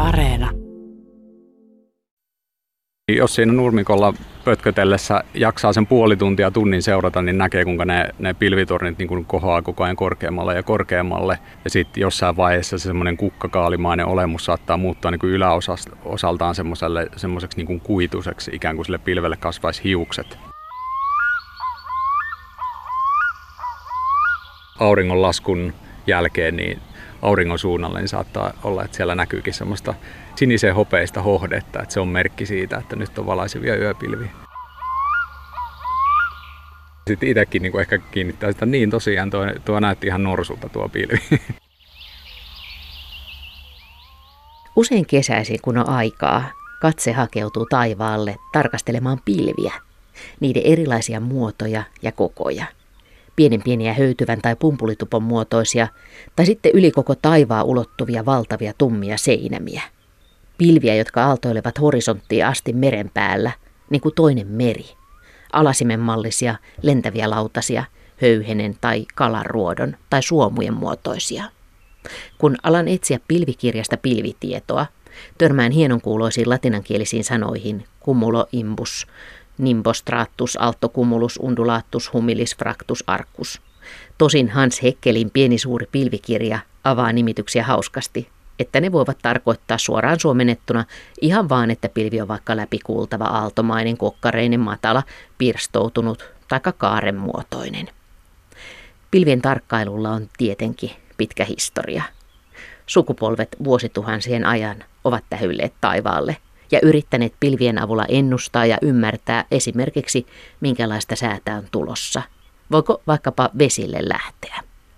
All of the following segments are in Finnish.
Areena. Jos siinä nurmikolla pötkötellessä jaksaa sen puoli tuntia tunnin seurata, niin näkee, kuinka ne pilvitornit niin kuin kohoaa koko ajan korkeammalle ja korkeammalle. Ja sitten jossain vaiheessa se semmoinen kukkakaalimainen olemus saattaa muuttua niin kuin yläosaltaan semmoiseksi niin kuin kuituseksi, ikään kuin sille pilvelle kasvaisi hiukset. Auringonlaskun jälkeen niin auringon suunnalle niin saattaa olla, että siellä näkyykin semmoista sinisen hopeista hohdetta, että se on merkki siitä, että nyt on valaisevia yöpilviä. Sitten itsekin niin ehkä kiinnittää sitä, niin tosiaan tuo näytti ihan norsulta tuo pilvi. Usein kesäisin, kun on aikaa, katse hakeutuu taivaalle tarkastelemaan pilviä, niiden erilaisia muotoja ja kokoja. Pieniä höytyvän tai pumpulitupon muotoisia, tai sitten yli koko taivaa ulottuvia valtavia tummia seinämiä. Pilviä, jotka aaltoilevat horisonttiin asti meren päällä, niin kuin toinen meri. Alasimenmallisia, lentäviä lautasia, höyhenen tai kalanruodon tai suomujen muotoisia. Kun alan etsiä pilvikirjasta pilvitietoa, törmään hienonkuuloisiin latinankielisiin sanoihin cumulo imbus, nimbus stratus, alto cumulus, undulatus, humilis, fractus, arcus. Tosin Hans Heckelin pieni suuri pilvikirja avaa nimityksiä hauskasti, että ne voivat tarkoittaa suoraan suomennettuna ihan vaan, että pilvi on vaikka läpikuultava, aaltomainen, kokkareinen, matala, pirstoutunut tai kaarenmuotoinen. Pilvien tarkkailulla on tietenkin pitkä historia. Sukupolvet vuosituhansien ajan ovat tähylleet taivaalle ja yrittäneet pilvien avulla ennustaa ja ymmärtää esimerkiksi, minkälaista säätä on tulossa. Voiko vaikkapa vesille lähteä?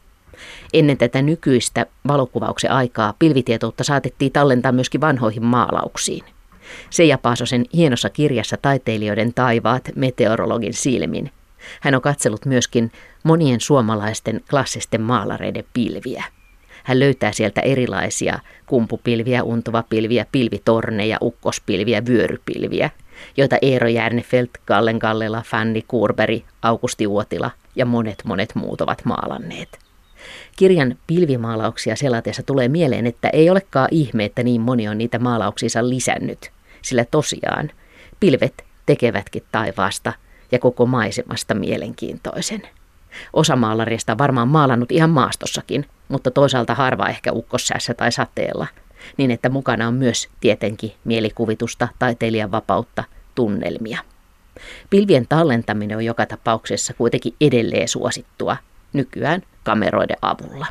Ennen tätä nykyistä valokuvauksen aikaa pilvitietoutta saatettiin tallentaa myöskin vanhoihin maalauksiin. Seija Paasosen hienossa kirjassa Taiteilijoiden taivaat meteorologin silmin. Hän on katsellut myöskin monien suomalaisten klassisten maalareiden pilviä. Hän löytää sieltä erilaisia kumpupilviä, untuvapilviä, pilvitorneja, ukkospilviä, vyörypilviä, joita Eero Järnefelt, Gallen Gallela, Fanny Kurberi, Augusti Uotila ja monet muut ovat maalanneet. Kirjan pilvimaalauksia selatessa tulee mieleen, että ei olekaan ihme, että niin moni on niitä maalauksiinsa lisännyt, sillä tosiaan pilvet tekevätkin taivaasta ja koko maisemasta mielenkiintoisen. Osa maalareista on varmaan maalannut ihan maastossakin, mutta toisaalta harva ehkä ukkossäässä tai sateella, niin että mukana on myös tietenkin mielikuvitusta, taiteilijan vapautta, tunnelmia. Pilvien tallentaminen on joka tapauksessa kuitenkin edelleen suosittua, nykyään kameroiden avulla.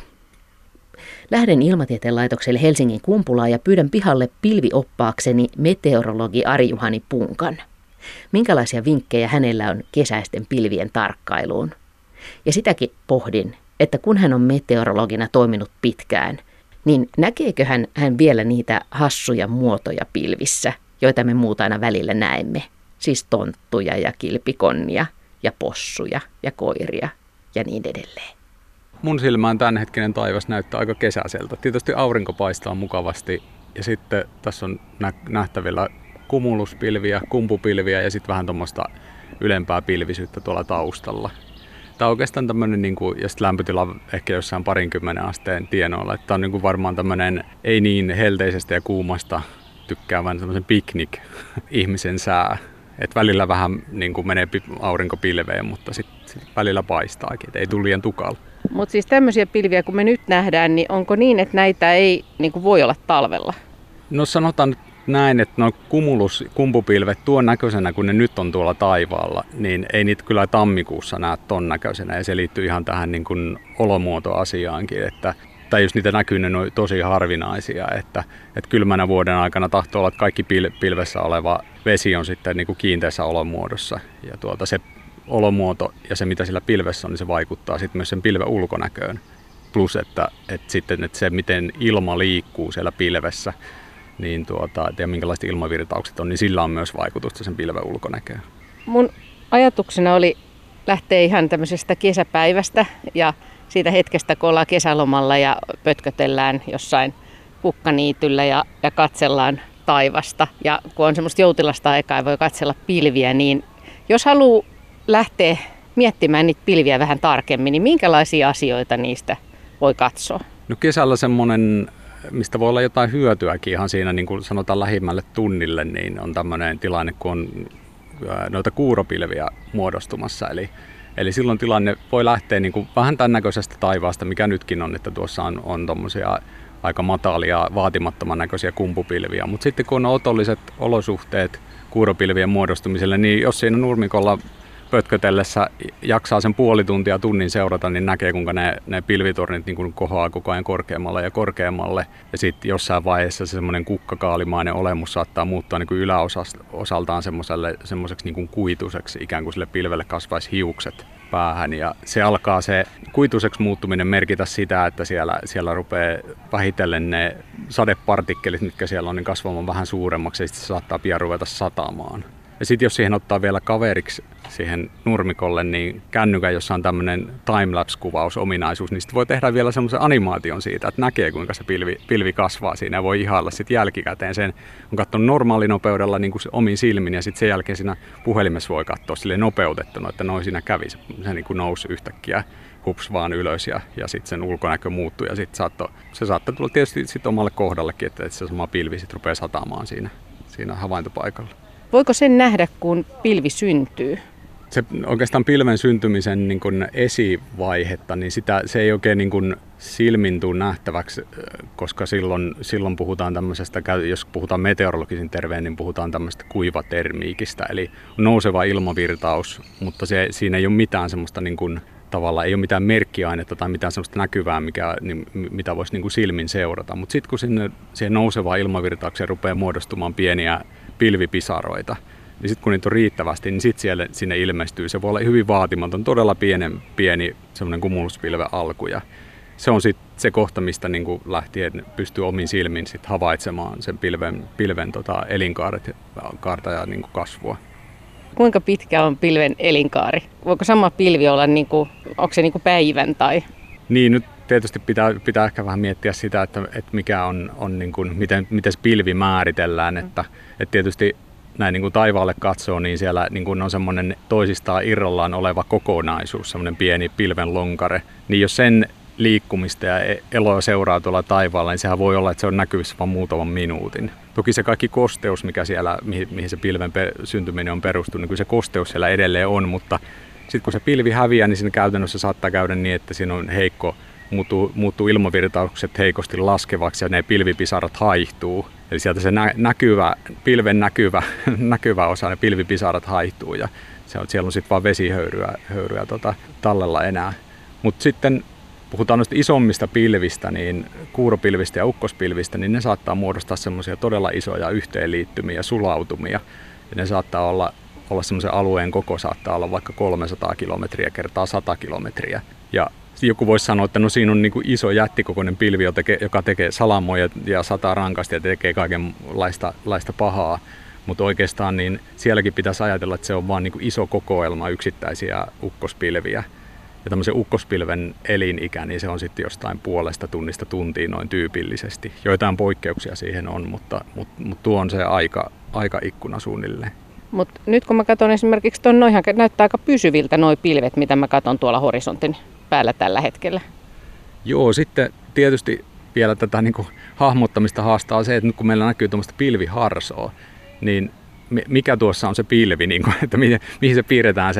Lähden Ilmatieteen laitokselle Helsingin Kumpulaan ja pyydän pihalle pilvioppaakseni meteorologi Ari-Juhani Punkan. Minkälaisia vinkkejä hänellä on kesäisten pilvien tarkkailuun? Ja sitäkin pohdin, että kun hän on meteorologina toiminut pitkään, niin näkeekö hän vielä niitä hassuja muotoja pilvissä, joita me muut aina välillä näemme? Siis tonttuja ja kilpikonnia ja possuja ja koiria ja niin edelleen. Mun silmään tämänhetkinen taivas näyttää aika kesäiseltä. Tietysti aurinko paistaa mukavasti ja sitten tässä on nähtävillä kumuluspilviä, kumpupilviä ja sitten vähän tuommoista ylempää pilvisyyttä tuolla taustalla. Tämä on oikeastaan tämmöinen, ja sitten lämpötila ehkä jossain 20 asteen tienoilla. Tämä on niin kuin varmaan tämmöinen ei niin helteisestä ja kuumasta tykkäävän semmoisen piknik-ihmisen sää. Et välillä vähän niin kuin menee aurinko pilveen, mutta sitten välillä paistaakin, et ei tule liian tukala. Mutta siis tämmöisiä pilviä, kun me nyt nähdään, niin onko niin, että näitä ei niin kuin voi olla talvella? No sanotaan nyt näin, että nuo kumpupilvet tuon näköisenä, kun ne nyt on tuolla taivaalla, niin ei niitä kyllä tammikuussa näe ton näköisenä. Ja se liittyy ihan tähän niin kuin olomuotoasiaankin, tai jos niitä näkyy, ne on tosi harvinaisia. Että kylmänä vuoden aikana tahtoo olla, että kaikki pilvessä oleva vesi on sitten niin kuin kiinteässä olomuodossa. Ja se olomuoto ja se, mitä sillä pilvessä on, niin se vaikuttaa sitten myös sen pilven ulkonäköön. Plus, että se, miten ilma liikkuu siellä pilvessä, niin ja minkälaiset ilmavirtaukset on, niin sillä on myös vaikutusta sen pilven ulkonäköön. Mun ajatuksena oli lähteä ihan tämmöisestä kesäpäivästä ja siitä hetkestä, kun ollaan kesälomalla ja pötkötellään jossain kukkaniityllä ja katsellaan taivasta. Ja kun on semmoista joutilasta aikaa ja voi katsella pilviä, niin jos haluaa lähteä miettimään niitä pilviä vähän tarkemmin, niin minkälaisia asioita niistä voi katsoa? No kesällä semmoinen mistä voi olla jotain hyötyäkin ihan siinä, niin kuin sanotaan lähimmälle tunnille, niin on tämmöinen tilanne, kun on noita kuuropilviä muodostumassa. Eli silloin tilanne voi lähteä niin kuin vähän tämän näköisestä taivaasta, mikä nytkin on, että tuossa on tommosia aika matalia, vaatimattoman näköisiä kumpupilviä. Mutta sitten kun on otolliset olosuhteet kuuropilvien muodostumiselle, niin jos siinä nurmikolla pötkötellessä jaksaa sen puoli tuntia tunnin seurata, niin näkee, kuinka ne pilvitornit niin kuin kohoaa koko ajan korkeammalle ja korkeammalle. Ja sitten jossain vaiheessa se semmoinen kukkakaalimainen olemus saattaa muuttua niin kuin yläosaltaan semmoiseksi niin kuin kuituseksi, ikään kuin sille pilvelle kasvaisi hiukset päähän. Ja se alkaa se kuituseksi muuttuminen merkitä sitä, että siellä rupeaa vähitellen ne sadepartikkelit, mitkä siellä on, niin kasvamaan vähän suuremmaksi, ja sitten se saattaa pian ruveta satamaan. Ja sitten jos siihen ottaa vielä kaveriksi siihen nurmikolle, niin kännykän, jossa on tämmöinen timelapse-kuvausominaisuus, niin sitten voi tehdä vielä semmoisen animaation siitä, että näkee kuinka se pilvi kasvaa siinä ja voi ihailla sitten jälkikäteen sen. On katsonut normaalinopeudella niin kuin se omin silmin ja sitten sen jälkeen siinä puhelimessa voi katsoa silleen nopeutettuna, että noin siinä kävi. Se niin kuin nousi yhtäkkiä hups vaan ylös ja sitten sen ulkonäkö muuttui ja sitten se saattaa tulla tietysti sitten omalle kohdallekin, että se sama pilvi sitten rupeaa satamaan siinä havaintopaikalla. Voiko sen nähdä, kun pilvi syntyy? Se oikeastaan pilven syntymisen niin kuin esivaihetta, niin se ei oikein niin kuin silmin tule nähtäväksi, koska silloin puhutaan tämmöisestä, jos puhutaan meteorologisin tervein, niin puhutaan tämmöistä kuivatermiikistä, eli nouseva ilmavirtaus, mutta siinä ei ole mitään semmoista niin kuin, tavallaan ei ole mitään merkkiainetta tai mitään semmoista näkyvää, mitä voisi niin kuin silmin seurata. Mutta sitten kun siihen nousevaan ilmavirtaukseen rupeaa muodostumaan pieniä pilvipisaroita, niin sitten kun niitä on riittävästi, niin sitten sinne ilmestyy. Se voi olla hyvin vaatimaton, todella pieni semmoinen kumuluspilven alku. Ja se on sitten se kohta, mistä niin kuin lähtien pystyy omin silmin sit havaitsemaan sen pilven elinkaarta ja niin kuin kasvua. Kuinka pitkä on pilven elinkaari? Voiko sama pilvi olla, onko se päivän tai? Niin, nyt tietysti pitää ehkä vähän miettiä sitä, että mikä on niin kuin, miten se pilvi määritellään. Että tietysti näin niin kuin taivaalle katsoo, niin siellä niin kuin on semmoinen toisistaan irrallaan oleva kokonaisuus, semmoinen pieni pilven lonkare. Niin jos sen liikkumista ja eloa seuraa tuolla taivaalla, niin sehän voi olla, että se on näkyvissä vain muutaman minuutin. Toki se kaikki kosteus, mikä siellä, mihin se pilven syntyminen on perustunut, niin kyllä se kosteus siellä edelleen on, mutta sitten kun se pilvi häviää, niin siinä käytännössä saattaa käydä niin, että siinä on heikko, muuttuu ilmavirtaukset heikosti laskevaksi ja ne pilvipisarat haihtuu. Eli sieltä se pilven näkyvä osa, ne pilvipisarat haihtuu ja siellä on sitten vaan vesihöyryä tallella enää. Mutta sitten puhutaan noista isommista pilvistä, niin kuuropilvistä ja ukkospilvistä, niin ne saattaa muodostaa semmoisia todella isoja yhteenliittymiä, sulautumia. Ja ne saattaa olla semmoisen alueen koko saattaa olla vaikka 300 kilometriä kertaa 100 kilometriä. Ja joku voisi sanoa, että no siinä on niin kuin iso jättikokoinen pilvi, joka tekee salamoja ja sataa rankasti ja tekee kaikenlaista pahaa. Mutta oikeastaan niin sielläkin pitäisi ajatella, että se on vain niin kuin iso kokoelma yksittäisiä ukkospilviä. Ja tämmöisen ukkospilven elinikä, niin se on sitten jostain puolesta tunnista tuntiin noin tyypillisesti. Joitain poikkeuksia siihen on, mutta tuo on se aikaikkuna suunnilleen. Mutta nyt kun mä katson esimerkiksi noihan näyttää aika pysyviltä nuo pilvet, mitä mä katson tuolla horisontin päällä tällä hetkellä. Joo, sitten tietysti vielä tätä niin kuin hahmottamista haastaa se, että nyt kun meillä näkyy tuommoista pilviharsoa, niin mikä tuossa on se pilvi, niin kuin, että mihin se piirretään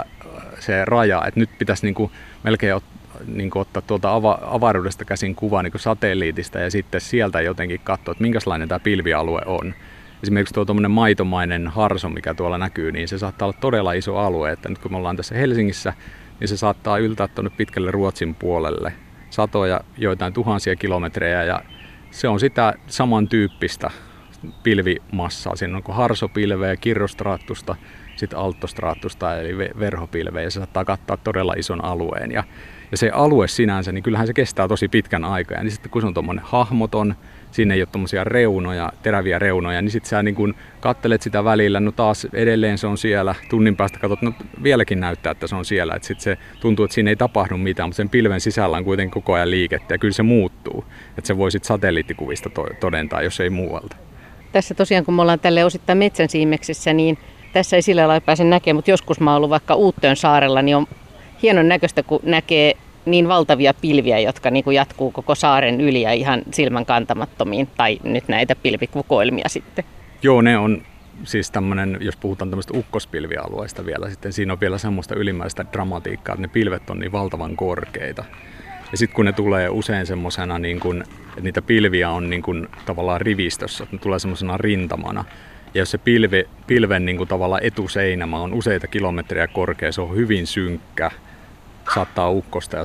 se raja, että nyt pitäisi niin kuin melkein ottaa tuolta avaruudesta käsin kuva niin kuin satelliitista ja sitten sieltä jotenkin katsoa, että minkälainen tämä pilvialue on. Esimerkiksi tuo tuommoinen maitomainen harso, mikä tuolla näkyy, niin se saattaa olla todella iso alue, että nyt kun me ollaan tässä Helsingissä, niin se saattaa yltää tuonne pitkälle Ruotsin puolelle satoja, joitain tuhansia kilometrejä ja se on sitä samantyyppistä pilvimassaa. Siinä on harsopilveä, kirrostraattusta, sitten altostraattusta eli verhopilveä ja se saattaa kattaa todella ison alueen. Ja se alue sinänsä, niin kyllähän se kestää tosi pitkän aikaa. Ja niin sitten kun se on tuommoinen hahmoton, siinä ei ole tuommoisia reunoja, teräviä reunoja, niin sitten sä niin kun kattelet sitä välillä, no taas edelleen se on siellä, tunnin päästä katsot, no vieläkin näyttää, että se on siellä. Että sitten se tuntuu, että siinä ei tapahdu mitään, mutta sen pilven sisällä on kuitenkin koko ajan liikettä ja kyllä se muuttuu. Että se voi sitten satelliittikuvista todentaa, jos ei muualta. Tässä tosiaan, kun me ollaan tälle osittain metsän siimeksessä, niin tässä ei sillä lailla pääse näkemään, mutta joskus mä oon ollut vaikka Uuttöön saarella, niin on hienon näköistä, kun näkee niin valtavia pilviä, jotka niin kuin jatkuu koko saaren yli ja ihan silmän kantamattomiin, tai nyt näitä pilvikokoelmia sitten? Joo, ne on siis tämmöinen, jos puhutaan tämmöistä ukkospilvialueesta vielä, sitten siinä on vielä semmoista ylimmäistä dramatiikkaa, että ne pilvet on niin valtavan korkeita. Ja sitten kun ne tulee usein semmoisena, niin kun, että niitä pilviä on niin kun tavallaan rivistössä, että ne tulee semmoisena rintamana. Ja jos se pilven niin kun tavallaan etuseinämä on useita kilometriä korkea, se on hyvin synkkä, saattaa ukkosta ja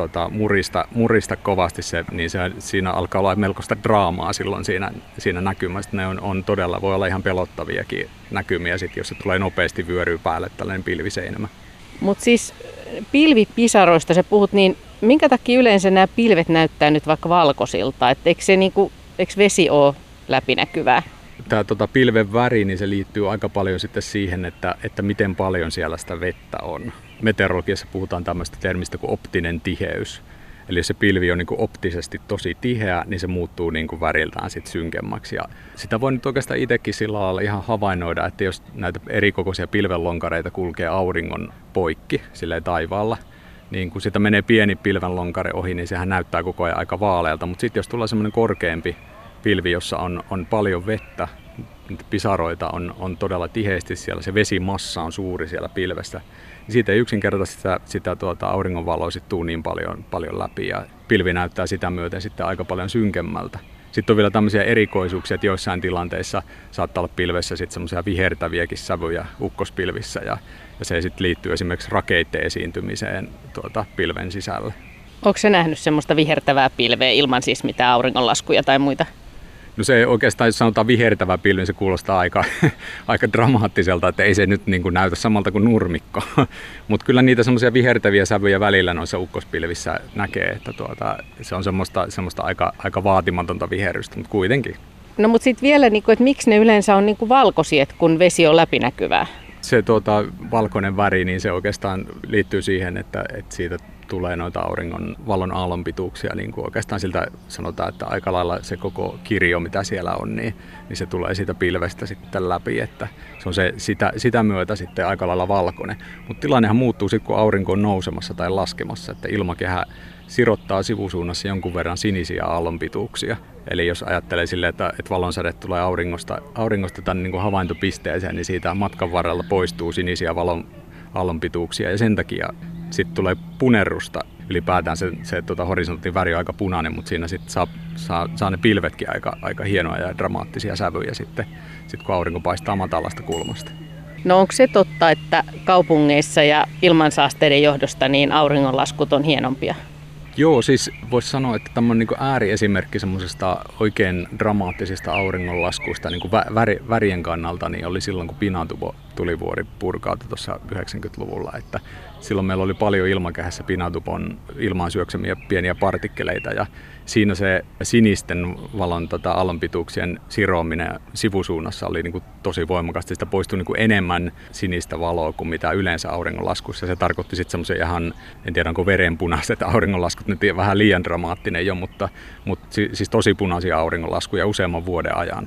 murista kovasti se, niin siinä alkaa olla melkoista draamaa silloin siinä näkymästä. Ne on todella, voi olla ihan pelottaviakin näkymiä, sit, jos se tulee nopeasti vyöryy päälle tällainen pilviseinämä. Mutta siis pilvipisaroista sä puhut, niin minkä takia yleensä nämä pilvet näyttää nyt vaikka valkoisilta? Et eikö vesi ole läpinäkyvää? Tämä pilven väri, niin se liittyy aika paljon sitten siihen, että miten paljon siellä sitä vettä on. Meteorologiassa puhutaan tämmöistä termistä kuin optinen tiheys. Eli jos se pilvi on niin kuin optisesti tosi tiheä, niin se muuttuu niin kuin väriltään sit synkemmäksi. Ja sitä voi nyt oikeastaan itsekin sillä lailla ihan havainnoida, että jos näitä erikokoisia pilvenlonkareita kulkee auringon poikki silleen taivaalla, niin kun sitä menee pieni pilvenlonkare ohi, niin sehän näyttää koko ajan aika vaalealta. Mutta sitten jos tulee semmoinen korkeampi pilvi, jossa on paljon vettä, pisaroita on todella tiheästi siellä, se vesimassa on suuri siellä pilvessä, niin siitä ei yksinkertaisesti sitä auringonvaloa sit tuu niin paljon läpi ja pilvi näyttää sitä myöten sitten aika paljon synkemmältä. Sitten on vielä tämmöisiä erikoisuuksia, että joissain tilanteissa saattaa olla pilvessä sitten semmoisia vihertäviäkin sävyjä ukkospilvissä ja se sitten liittyy esimerkiksi rakeitten esiintymiseen pilven sisällä. Onko se nähnyt semmoista vihertävää pilveä ilman siis mitään auringonlaskuja tai muita? No se oikeastaan, jos sanotaan vihertävä pilvi, niin se kuulostaa aika dramaattiselta, että ei se nyt niin kuin näytä samalta kuin nurmikko. Mutta kyllä niitä semmoisia vihertäviä sävyjä välillä noissa ukkospilvissä näkee, että se on semmoista aika vaatimatonta viherrystä, mutta kuitenkin. No mutta sitten vielä, että miksi ne yleensä on valkoisia, kun vesi on läpinäkyvää? Se valkoinen väri, niin se oikeastaan liittyy siihen, että siitä tulee noita auringon valon aallonpituuksia, niin kuin oikeastaan siltä sanotaan, että aika lailla se koko kirjo, mitä siellä on, niin se tulee siitä pilvestä sitten läpi, että se on sitä myötä sitten aika lailla valkoinen. Mutta tilannehan muuttuu sitten, kun aurinko on nousemassa tai laskemassa, että ilmakehä sirottaa sivusuunnassa jonkun verran sinisiä aallonpituuksia. Eli jos ajattelee silleen, että valonsäde tulee auringosta tänne niin kuin havaintopisteeseen, niin siitä matkan varrella poistuu sinisiä valon aallonpituuksia ja sen takia sitten tulee punerrusta. Ylipäätään se horisontin väri on aika punainen, mutta siinä sitten saa ne pilvetkin aika hienoja ja dramaattisia sävyjä sitten kun aurinko paistaa matalasta kulmasta. No onko se totta, että kaupungeissa ja ilmansaasteiden johdosta niin auringonlaskut on hienompia? Joo, siis voisi sanoa, että tämä on niin kuin ääriesimerkki semmoisesta oikein dramaattisesta auringonlaskusta niin kuin värien kannalta, niin oli silloin, kun Pinatubo-tulivuori purkautui tuossa 90-luvulla. Että silloin meillä oli paljon ilmakehässä Pinatubon ilmaan syöksemiä pieniä partikkeleita ja siinä se sinisten valon aallonpituuksien siroaminen sivusuunnassa oli niin kuin tosi voimakasta. Sitä poistui niin kuin enemmän sinistä valoa kuin mitä yleensä auringonlaskussa. Se tarkoitti sitten semmoisia ihan, en tiedä onko verenpunaiset auringonlaskut, nyt vähän liian dramaattinen jo, mutta siis tosi punaisia auringonlaskuja useamman vuoden ajan.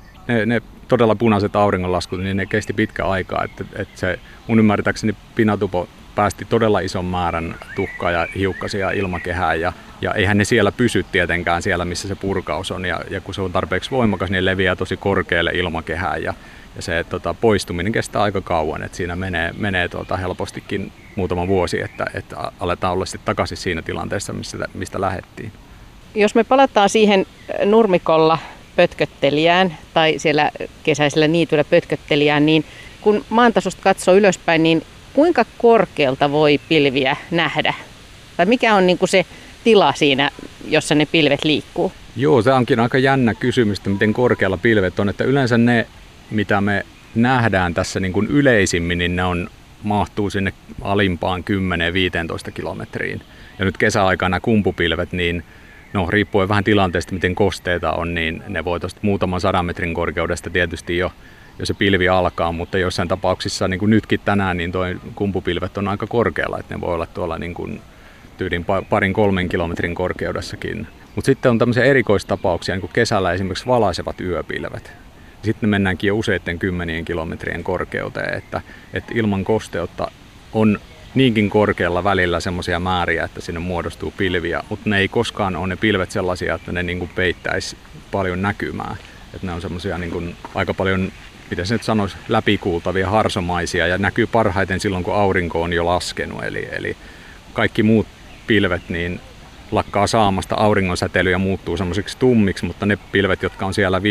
Ne todella punaiset auringonlaskut, niin ne kesti pitkä aikaa. Että se, mun ymmärtääkseni Pinatubo päästi todella ison määrän tuhkaa ja hiukkasia ilmakehään ja eihän ne siellä pysy tietenkään siellä, missä se purkaus on. Ja kun se on tarpeeksi voimakas, niin leviää tosi korkealle ilmakehään ja se poistuminen kestää aika kauan. Että siinä menee helpostikin muutama vuosi, että aletaan olla sitten takaisin siinä tilanteessa, mistä lähdettiin. Jos me palataan siihen nurmikolla pötköttelijään tai siellä kesäisellä niityllä pötköttelijään, niin kun maantasosta katsoo ylöspäin, niin kuinka korkealta voi pilviä nähdä? Tai mikä on se tila siinä, jossa ne pilvet liikkuu? Joo, se onkin aika jännä kysymys, että miten korkealla pilvet on. Että yleensä ne, mitä me nähdään tässä niin kuin yleisimmin, niin ne mahtuu sinne alimpaan 10-15 kilometriin. Ja nyt kesäaikana kumpupilvet, niin riippuen vähän tilanteesta, miten kosteita on, niin ne voi tuosta muutaman 100 metrin korkeudesta tietysti jo se pilvi alkaa, mutta jossain tapauksissa, niin kuin nytkin tänään, niin tuo kumpupilvet on aika korkealla, että ne voi olla tuolla niin kuin tyylin 2-3 kilometrin korkeudessakin. Mutta sitten on tämmöisiä erikoistapauksia, niin kuin kesällä esimerkiksi valaisevat yöpilvet. Sitten ne mennäänkin jo useiden 10 kilometrien korkeuteen, että ilman kosteutta on niinkin korkealla välillä semmoisia määriä, että sinne muodostuu pilviä, mutta ne ei koskaan ole ne pilvet sellaisia, että ne niin kuin peittäisi paljon näkymää. Että ne on semmoisia niin kuin aika paljon, mitä se nyt sanoisi, läpikuultavia harsomaisia ja näkyy parhaiten silloin, kun aurinko on jo laskenut. Eli kaikki muut pilvet niin lakkaa saamasta auringonsäteilyä ja muuttuu semmoisiksi tummiksi, mutta ne pilvet, jotka on siellä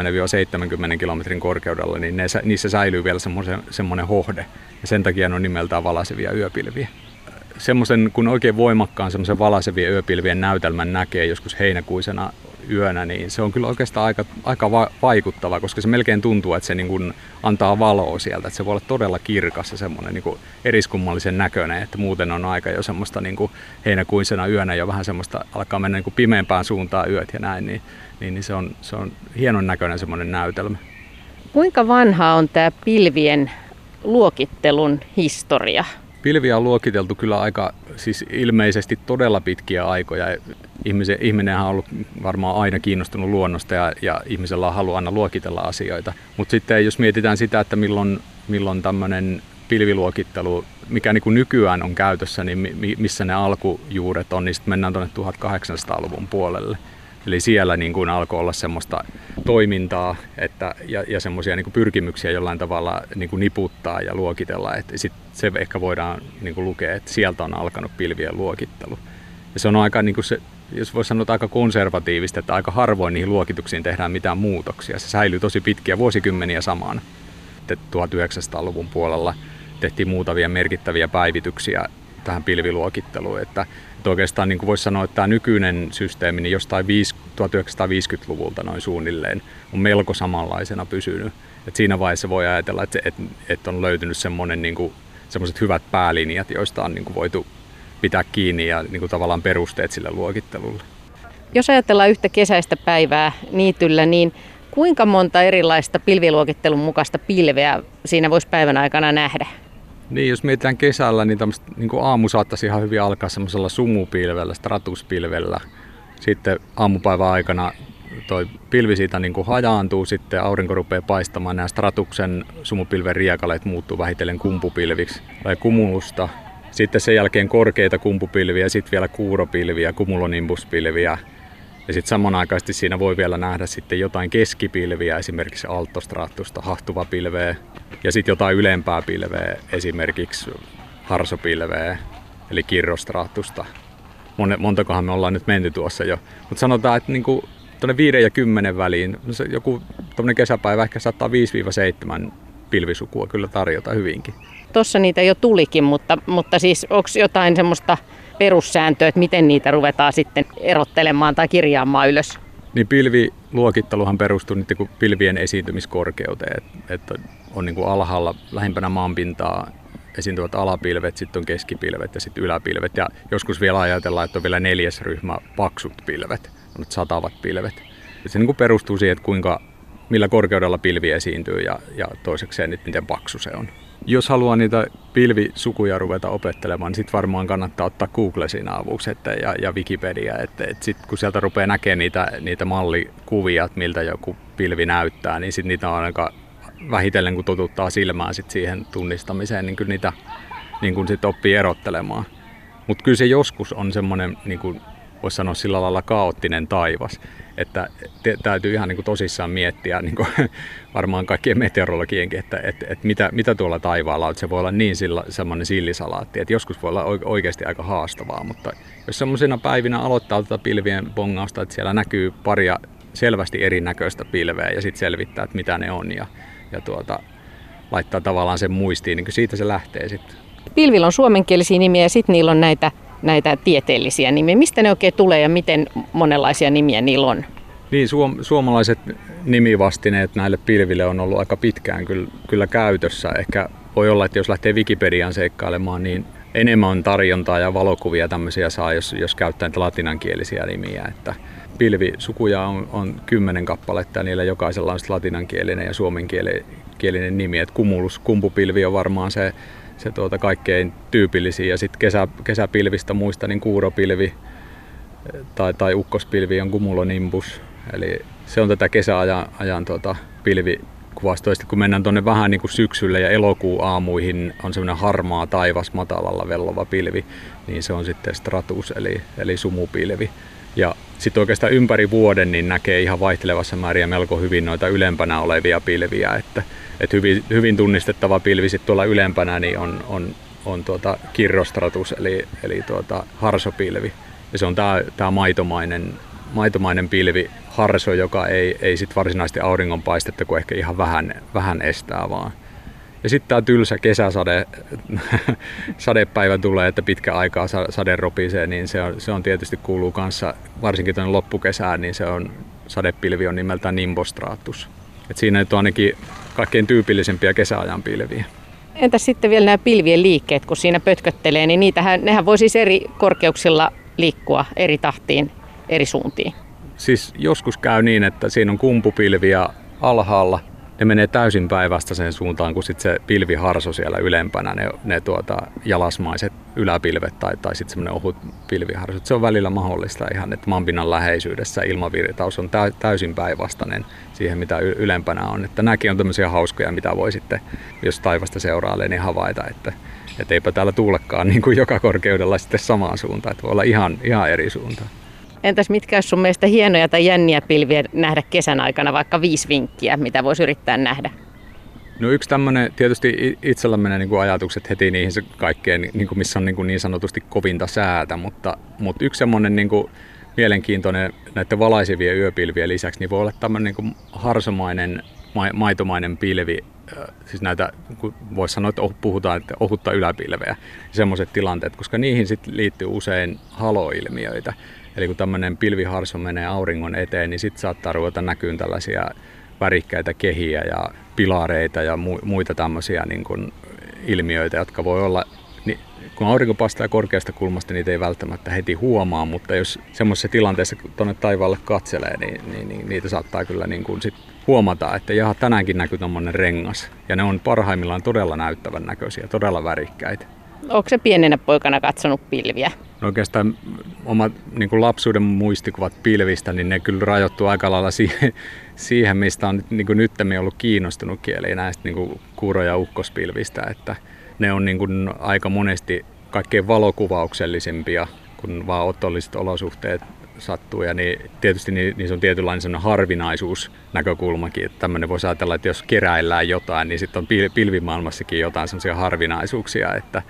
50-70 kilometrin korkeudella, niin niissä säilyy vielä semmoinen hohde. Ja sen takia ne on nimeltään valaisevia yöpilviä. Semmoisen, kun oikein voimakkaan semmoisen valaisevien yöpilvien näytelmän näkee joskus heinäkuisena yönä, niin se on kyllä oikeastaan aika vaikuttava, koska se melkein tuntuu, että se niin kuin antaa valoa sieltä. Että se voi olla todella kirkas ja semmoinen niin kuin eriskummallisen näköinen, että muuten on aika jo semmoista niin kuin heinäkuisena yönä jo vähän semmoista alkaa mennä niin kuin pimeämpään suuntaan yöt ja näin, niin se on hienon näköinen semmoinen näytelmä. Kuinka vanha on tämä pilvien luokittelun historia? Pilviä on luokiteltu kyllä aika, siis ilmeisesti todella pitkiä aikoja. Ihminenhän on ollut varmaan aina kiinnostunut luonnosta ja ihmisellä on halu aina luokitella asioita. Mutta sitten jos mietitään sitä, että milloin tämmöinen pilviluokittelu, mikä niin kuin nykyään on käytössä, niin missä ne alkujuuret on, niin sitten mennään tuonne 1800-luvun puolelle. Eli siellä niin kuin alkoi olla semmoista toimintaa ja semmoisia niin kuin pyrkimyksiä jollain tavalla niin kuin niputtaa ja luokitella. Että sit se ehkä voidaan niin kuin lukea, että sieltä on alkanut pilvien luokittelu. Ja se on aika, niin kuin se, jos voisi sanoa, aika konservatiivista, että aika harvoin niihin luokituksiin tehdään mitään muutoksia. Se säilyy tosi pitkiä vuosikymmeniä samaan. 1900-luvun puolella tehtiin muutamia merkittäviä päivityksiä tähän pilviluokitteluun. Että oikeastaan niin kuin voisi sanoa, että tämä nykyinen systeemi niin jostain 1950-luvulta noin suunnilleen on melko samanlaisena pysynyt. Et siinä vaiheessa voi ajatella, että on löytynyt semmoiset hyvät päälinjat, joista on niin kuin voitu pitää kiinni ja niin kuin tavallaan perusteet sille luokittelulle. Jos ajatellaan yhtä kesäistä päivää niityllä, niin kuinka monta erilaista pilviluokittelun mukaista pilveä siinä voisi päivän aikana nähdä? Niin, jos mietitään kesällä, niin aamu saattaisi ihan hyvin alkaa semmoisella sumupilvellä, stratuspilvellä. Sitten aamupäivän aikana toi pilvi siitä niin kuin hajaantuu, sitten aurinko rupeaa paistamaan, nämä stratuksen sumupilven riekaleet muuttuu vähitellen kumpupilviksi tai kumulusta. Sitten sen jälkeen korkeita kumpupilviä, sitten vielä kuuropilviä, cumulonimbuspilviä. Ja sitten samanaikaisesti siinä voi vielä nähdä sitten jotain keskipilviä, esimerkiksi altostraatusta, hahtuva pilveä. Ja sitten jotain ylempää pilveä, esimerkiksi harsopilveä, eli kirrostraatusta. Montakohan me ollaan nyt menty tuossa jo. Mutta sanotaan, että niinku tuonne 5 ja 10 väliin, joku kesäpäivä ehkä saattaa 5-7 pilvisukua kyllä tarjota hyvinkin. Tuossa niitä jo tulikin, mutta siis onko jotain semmoista perussääntöä, että miten niitä ruvetaan sitten erottelemaan tai kirjaamaan ylös? Niin pilviluokitteluhan perustuu nyt pilvien esiintymiskorkeuteen, että on niin kuin alhaalla lähempänä maanpintaa esiintyvät alapilvet, sitten on keskipilvet ja sitten yläpilvet. Ja joskus vielä ajatellaan, että on vielä 4. ryhmä paksut pilvet, on satavat pilvet. Se niin kuin perustuu siihen, että millä korkeudella pilvi esiintyy ja toisekseen, että miten paksu se on. Jos haluaa niitä pilvisukuja ruveta opettelemaan, niin sitten varmaan kannattaa ottaa Google siinä avuksi ja Wikipedia. Sit, kun sieltä rupeaa näkemään niitä mallikuvia, että miltä joku pilvi näyttää, niin sitten niitä on aika vähitellen, kun totuttaa silmään sit siihen tunnistamiseen, niin kyllä niitä niin kun sit oppii erottelemaan. Mutta kyllä se joskus on semmoinen, niin kuin voisi sanoa sillä lailla kaoottinen taivas, että täytyy ihan niin kuin tosissaan miettiä, niin kuin varmaan kaikkien meteorologienkin, että mitä tuolla taivaalla on. Että se voi olla niin semmoinen sillisalaatti, että joskus voi olla oikeasti aika haastavaa, mutta jos semmoisina päivinä aloittaa tätä pilvien bongausta, että siellä näkyy paria selvästi erinäköistä pilveä ja sitten selvittää, että mitä ne on ja laittaa tavallaan sen muistiin, niin siitä se lähtee sitten. Pilvillä on suomenkielisiä nimiä ja sitten niillä on näitä tieteellisiä nimiä. Mistä ne oikein tulee ja miten monenlaisia nimiä niillä on? Niin, suomalaiset nimivastineet näille pilville on ollut aika pitkään kyllä käytössä. Ehkä voi olla, että jos lähtee Wikipediaan seikkailemaan, niin enemmän on tarjontaa ja valokuvia tämmöisiä saa, jos käyttää näitä latinankielisiä nimiä. Että pilvisukuja on 10 kappaletta ja niillä jokaisella on latinankielinen ja suomenkielinen nimi. Et cumulus, kumpupilvi on varmaan se kaikkein tyypillisin ja sitten kesäpilvistä muista niin kuuropilvi tai ukkospilvi on cumulonimbus. Eli se on tätä kesäajan kuvastoista, kun mennään tuonne vähän niin kuin syksylle ja elokuun aamuihin on semmoinen harmaa taivas matalalla vellova pilvi, niin se on sitten stratus eli sumupilvi. Ja sitten oikeastaan ympäri vuoden niin näkee ihan vaihtelevassa määrin ja melko hyvin noita ylempänä olevia pilviä, että hyvin tunnistettava pilvi sitten tuolla ylempänä niin on kirrostratus eli harsopilvi. Ja se on tämä maitomainen pilvi, harso, joka ei sit varsinaisesti auringonpaistetta kuin ehkä ihan vähän estää vaan. Ja sitten tämä tylsä sadepäivä tulee, että pitkä aikaa sade ropisee, niin se on tietysti kuuluu kanssa, varsinkin tuonne loppukesään, niin sadepilvi on nimeltään nimbostratus. Et siinä nyt on ainakin kaikkein tyypillisempiä kesäajan pilviä. Entäs sitten vielä nämä pilvien liikkeet, kun siinä pötköttelee, niin nehän voi siis eri korkeuksilla liikkua eri tahtiin, eri suuntiin. Siis joskus käy niin, että siinä on kumpupilviä alhaalla. Ne menee täysin päinvastaiseen suuntaan kuin sit se pilviharso siellä ylempänä, ne jalasmaiset yläpilvet tai sitten semmoinen ohut pilviharso. Se on välillä mahdollista ihan, että maanpinnan läheisyydessä ilmavirtaus on täysin päinvastainen siihen, mitä ylempänä on. Että nämäkin on tämmöisiä hauskoja, mitä voi sitten, jos taivasta seurailee, niin havaita, että eipä täällä tuulekaan niin kuin joka korkeudella sitten samaan suuntaan, että voi olla ihan eri suuntaan. Entäs mitkä olisi sun mielestä hienoja tai jänniä pilviä nähdä kesän aikana, vaikka 5 vinkkiä, mitä voisi yrittää nähdä? No yksi tämmöinen, tietysti itsellä menee niin kuin ajatukset heti niihin se kaikkeen, niin kuin missä on niin sanotusti kovinta säätä, mutta yksi semmoinen niin kuin mielenkiintoinen näiden valaisevien yöpilvien lisäksi, niin voi olla tämmöinen niin kuin harsomainen, maitomainen pilvi, siis näitä, voisi sanoa, että puhutaan, että ohutta yläpilveä, semmoiset tilanteet, koska niihin sitten liittyy usein haloilmiöitä. Eli kun tämmöinen pilviharso menee auringon eteen, niin sitten saattaa ruveta näkyyn tällaisia värikkäitä kehiä ja pilareita ja muita tämmöisiä niin kuin ilmiöitä, jotka voi olla, kun aurinko paistaa korkeasta kulmasta, niitä ei välttämättä heti huomaa, mutta jos semmoisessa tilanteessa tuonne taivaalle katselee, niin niitä saattaa kyllä niin kuin sit huomata, että jaha, tänäänkin näkyy tommoinen rengas. Ja ne on parhaimmillaan todella näyttävän näköisiä, todella värikkäitä. Onko se pienenä poikana katsonut pilviä? No oikeastaan omat niin kuin lapsuuden muistikuvat pilvistä, niin ne kyllä rajoittuu aika lailla siihen mistä on niin kuin nyttemmin ollut kiinnostunutkin, eli näistä niin kuin kuuro- ja ukkospilvistä. Että ne on niin kuin aika monesti kaikkein valokuvauksellisimpia, kun vaan otolliset olosuhteet sattuu. Ja tietysti niissä on tietynlainen sellainen harvinaisuusnäkökulmakin. Että tämmöinen voisi ajatella, että jos keräillään jotain, niin sitten on pilvimaailmassakin jotain sellaisia harvinaisuuksia, että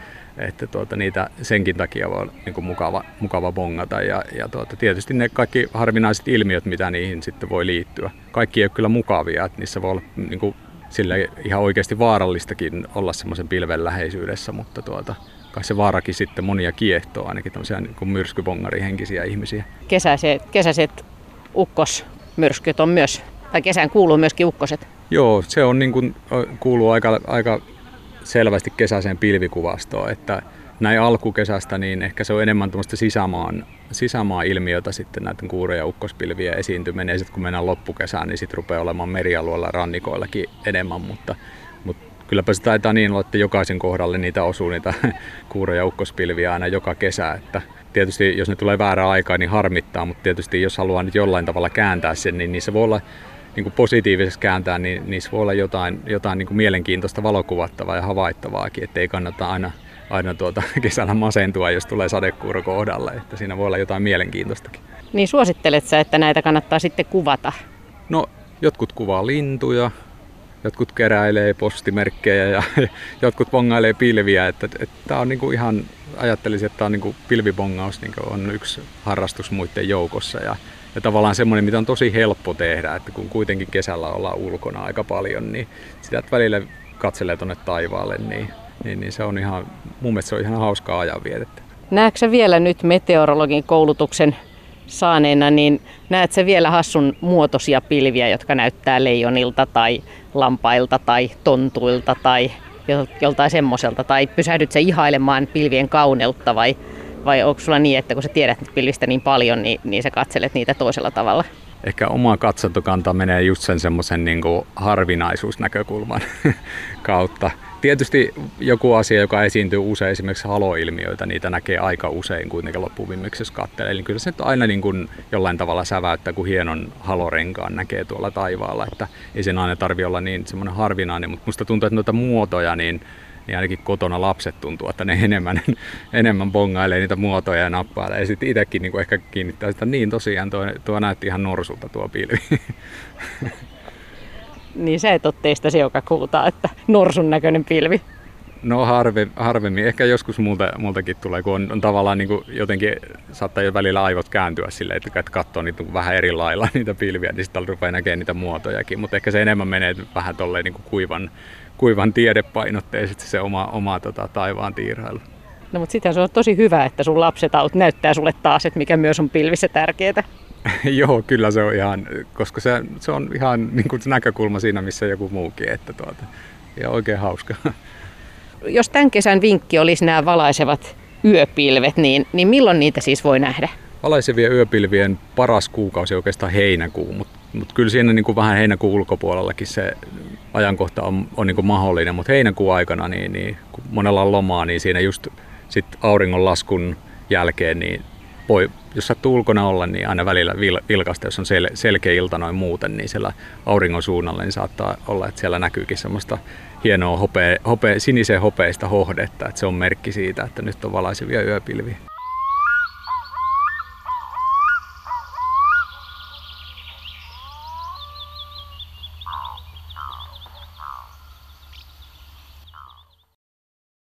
niitä senkin takia voi olla niin kuin mukava bongata. Ja tietysti ne kaikki harvinaiset ilmiöt, mitä niihin sitten voi liittyä. Kaikki ei ole kyllä mukavia, että niissä voi olla niin kuin sillä ihan oikeasti vaarallistakin olla semmoisen pilven läheisyydessä, mutta kai se vaarakin sitten monia kiehtoo, ainakin tämmöisiä niin kuin myrskybongarihenkisiä ihmisiä. Kesäiset ukkosmyrskyt on myös, tai kesään kuuluu myöskin ukkoset. Joo, se on niin kuin, kuuluu aika selvästi kesäiseen pilvikuvastoon, että näin alkukesästä niin ehkä se on enemmän tämmöistä sisämaan ilmiötä sitten näiden kuuro- ja ukkospilvien esiintyminen. Ja sitten kun mennään loppukesään, niin sitten rupeaa olemaan merialueella rannikoillakin enemmän, mutta kylläpä se taitaa niin olla, että jokaisen kohdalle niitä osuu niitä kuuro- ja ukkospilviä aina joka kesä. Että tietysti jos ne tulee väärään aikaan, niin harmittaa, mutta tietysti jos haluaa nyt jollain tavalla kääntää sen, niin se voi olla niin kuin positiivisesti kääntää, niin niissä voi olla jotain niin kuin mielenkiintoista valokuvattavaa ja havaittavaakin, ettei kannata aina kesällä masentua, jos tulee sadekuuro kohdalle, että siinä voi olla jotain mielenkiintoistakin. Niin suosittelet sä, että näitä kannattaa sitten kuvata? No, jotkut kuvaa lintuja, jotkut keräilee postimerkkejä ja jotkut bongailee pilviä, että tää on niinku ihan, ajattelisin, että tää on niinku pilvibongaus niinku on yksi harrastus muiden joukossa ja tavallaan semmoinen, mitä on tosi helppo tehdä, että kun kuitenkin kesällä ollaan ulkona aika paljon, niin sitä että välillä katselee tuonne taivaalle, niin se on ihan, mun mielestä se on ihan hauskaa ajanvietettä. Näetkö sä vielä nyt meteorologin koulutuksen saaneena, niin näet sä vielä hassun muotoisia pilviä, jotka näyttää leijonilta tai lampailta tai tontuilta tai joltain semmoiselta, tai pysähdyt sä ihailemaan pilvien kauneutta vai onko sulla niin, että kun sä tiedät pilvistä niin paljon, niin sä katselet niitä toisella tavalla? Ehkä oma katsantokanta menee just sen semmoisen niin kuin harvinaisuusnäkökulman kautta. Tietysti joku asia, joka esiintyy usein, esimerkiksi haloilmiöitä, niitä näkee aika usein kuitenkin loppuviimeksi, jos katselee. Eli kyllä se nyt aina niin kuin jollain tavalla säväyttää, kun hienon halorenkaan näkee tuolla taivaalla. Että ei sen aina tarvitse olla niin semmoinen harvinainen, mutta musta tuntuu, että noita muotoja, niin ainakin kotona lapset tuntuu, että ne enemmän bongailee niitä muotoja ja nappailee. Ja sitten itsekin niin ehkä kiinnittää sitä, niin tosiaan tuo näytti ihan norsulta tuo pilvi. Niin sä et ole teistä se, joka kuultaa, että norsun näköinen pilvi. No harvemmin. Ehkä joskus multakin tulee, kun on tavallaan niin kuin jotenkin saattaa jo välillä aivot kääntyä silleen, että katsoo niitä vähän eri lailla niitä pilviä, niin sitten rupeaa näkemään niitä muotojakin. Mutta ehkä se enemmän menee vähän tolleen niin kuin kuivan tiedepainotteisesti se oma taivaan tiirailu. No mutta sittenhän se on tosi hyvä, että sun lapset näyttää sulle taas, että mikä myös on pilvissä tärkeää. Joo, kyllä se on ihan, koska se on ihan niin kuin se näkökulma siinä, missä joku muukin, että ja oikein hauska. Jos tämän kesän vinkki olisi nämä valaisevat yöpilvet, niin milloin niitä siis voi nähdä? Valaisevien yöpilvien paras kuukausi on oikeastaan heinäkuu, mutta kyllä siinä niin kuin vähän heinäkuun ulkopuolellakin se ajankohta on niin kuin mahdollinen, mutta heinäkuun aikana, niin kun monella on lomaa, niin siinä just sit auringon laskun jälkeen, niin jos sattuu ulkona olla, niin aina välillä vilkasta, jos on selkeä ilta noin muuten, niin siellä auringon suunnalla niin saattaa olla, että siellä näkyykin semmoista hienoa sinisen hopeista hohdetta, että se on merkki siitä, että nyt on valaisevia yöpilviä.